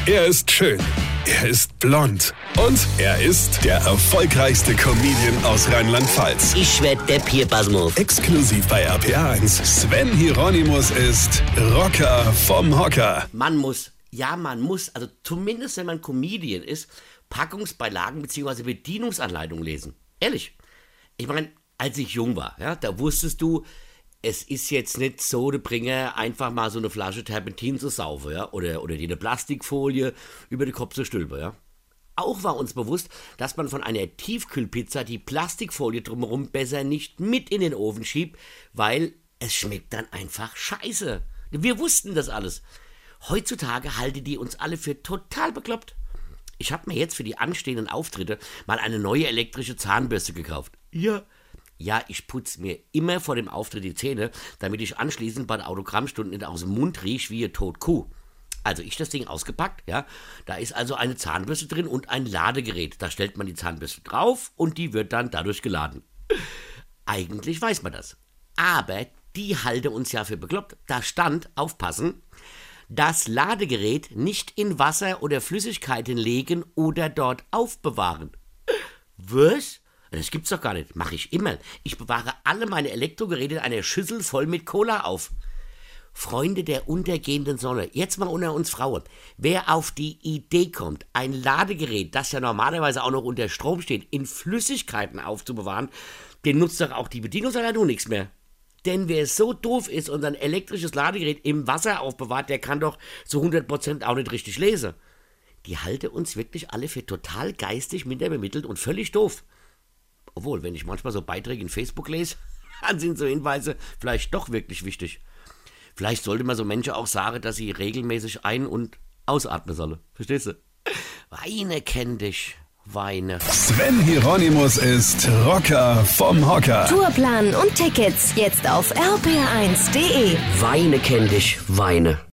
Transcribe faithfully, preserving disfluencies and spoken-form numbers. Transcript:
Er ist schön. Er ist blond. Und er ist der erfolgreichste Comedian aus Rheinland-Pfalz. Ich werd der Pierpasmus. Exklusiv bei R P A eins. Sven Hieronymus ist Rocker vom Hocker. Man muss, ja man muss, also zumindest wenn man Comedian ist, Packungsbeilagen bzw. Bedienungsanleitungen lesen. Ehrlich. Ich meine, als ich jung war, ja, da wusstest du, es ist jetzt nicht so, der Bringer einfach mal so eine Flasche Terpentin zu saufen, ja, oder, oder die eine Plastikfolie über den Kopf zu stülpen, ja. Auch war uns bewusst, dass man von einer Tiefkühlpizza die Plastikfolie drumherum besser nicht mit in den Ofen schiebt, weil es schmeckt dann einfach scheiße. Wir wussten das alles. Heutzutage halten die uns alle für total bekloppt. Ich habe mir jetzt für die anstehenden Auftritte mal eine neue elektrische Zahnbürste gekauft. Ja, ja, ich putze mir immer vor dem Auftritt die Zähne, damit ich anschließend bei der Autogrammstunde nicht aus dem Mund rieche wie eine Totkuh. Also ich das Ding ausgepackt, ja, da ist also eine Zahnbürste drin und ein Ladegerät. Da stellt man die Zahnbürste drauf und die wird dann dadurch geladen. Eigentlich weiß man das. Aber die halten uns ja für bekloppt. Da stand, aufpassen, das Ladegerät nicht in Wasser oder Flüssigkeiten legen oder dort aufbewahren. Was? Das gibt's doch gar nicht. Mache ich immer. Ich bewahre alle meine Elektrogeräte in einer Schüssel voll mit Cola auf. Freunde der untergehenden Sonne, jetzt mal unter uns Frauen. Wer auf die Idee kommt, ein Ladegerät, das ja normalerweise auch noch unter Strom steht, in Flüssigkeiten aufzubewahren, den nutzt doch auch die Bedienungsanleitung nichts mehr. Denn wer so doof ist und ein elektrisches Ladegerät im Wasser aufbewahrt, der kann doch zu hundert Prozent auch nicht richtig lesen. Die halten uns wirklich alle für total geistig minderbemittelt und völlig doof. Obwohl, wenn ich manchmal so Beiträge in Facebook lese, dann sind so Hinweise vielleicht doch wirklich wichtig. Vielleicht sollte man so Menschen auch sagen, dass sie regelmäßig ein- und ausatmen sollen. Verstehst du? Weine kenn dich, Weine. Sven Hieronymus ist Rocker vom Hocker. Tourplan und Tickets jetzt auf r p r eins punkt d e. Weine kenn dich, Weine.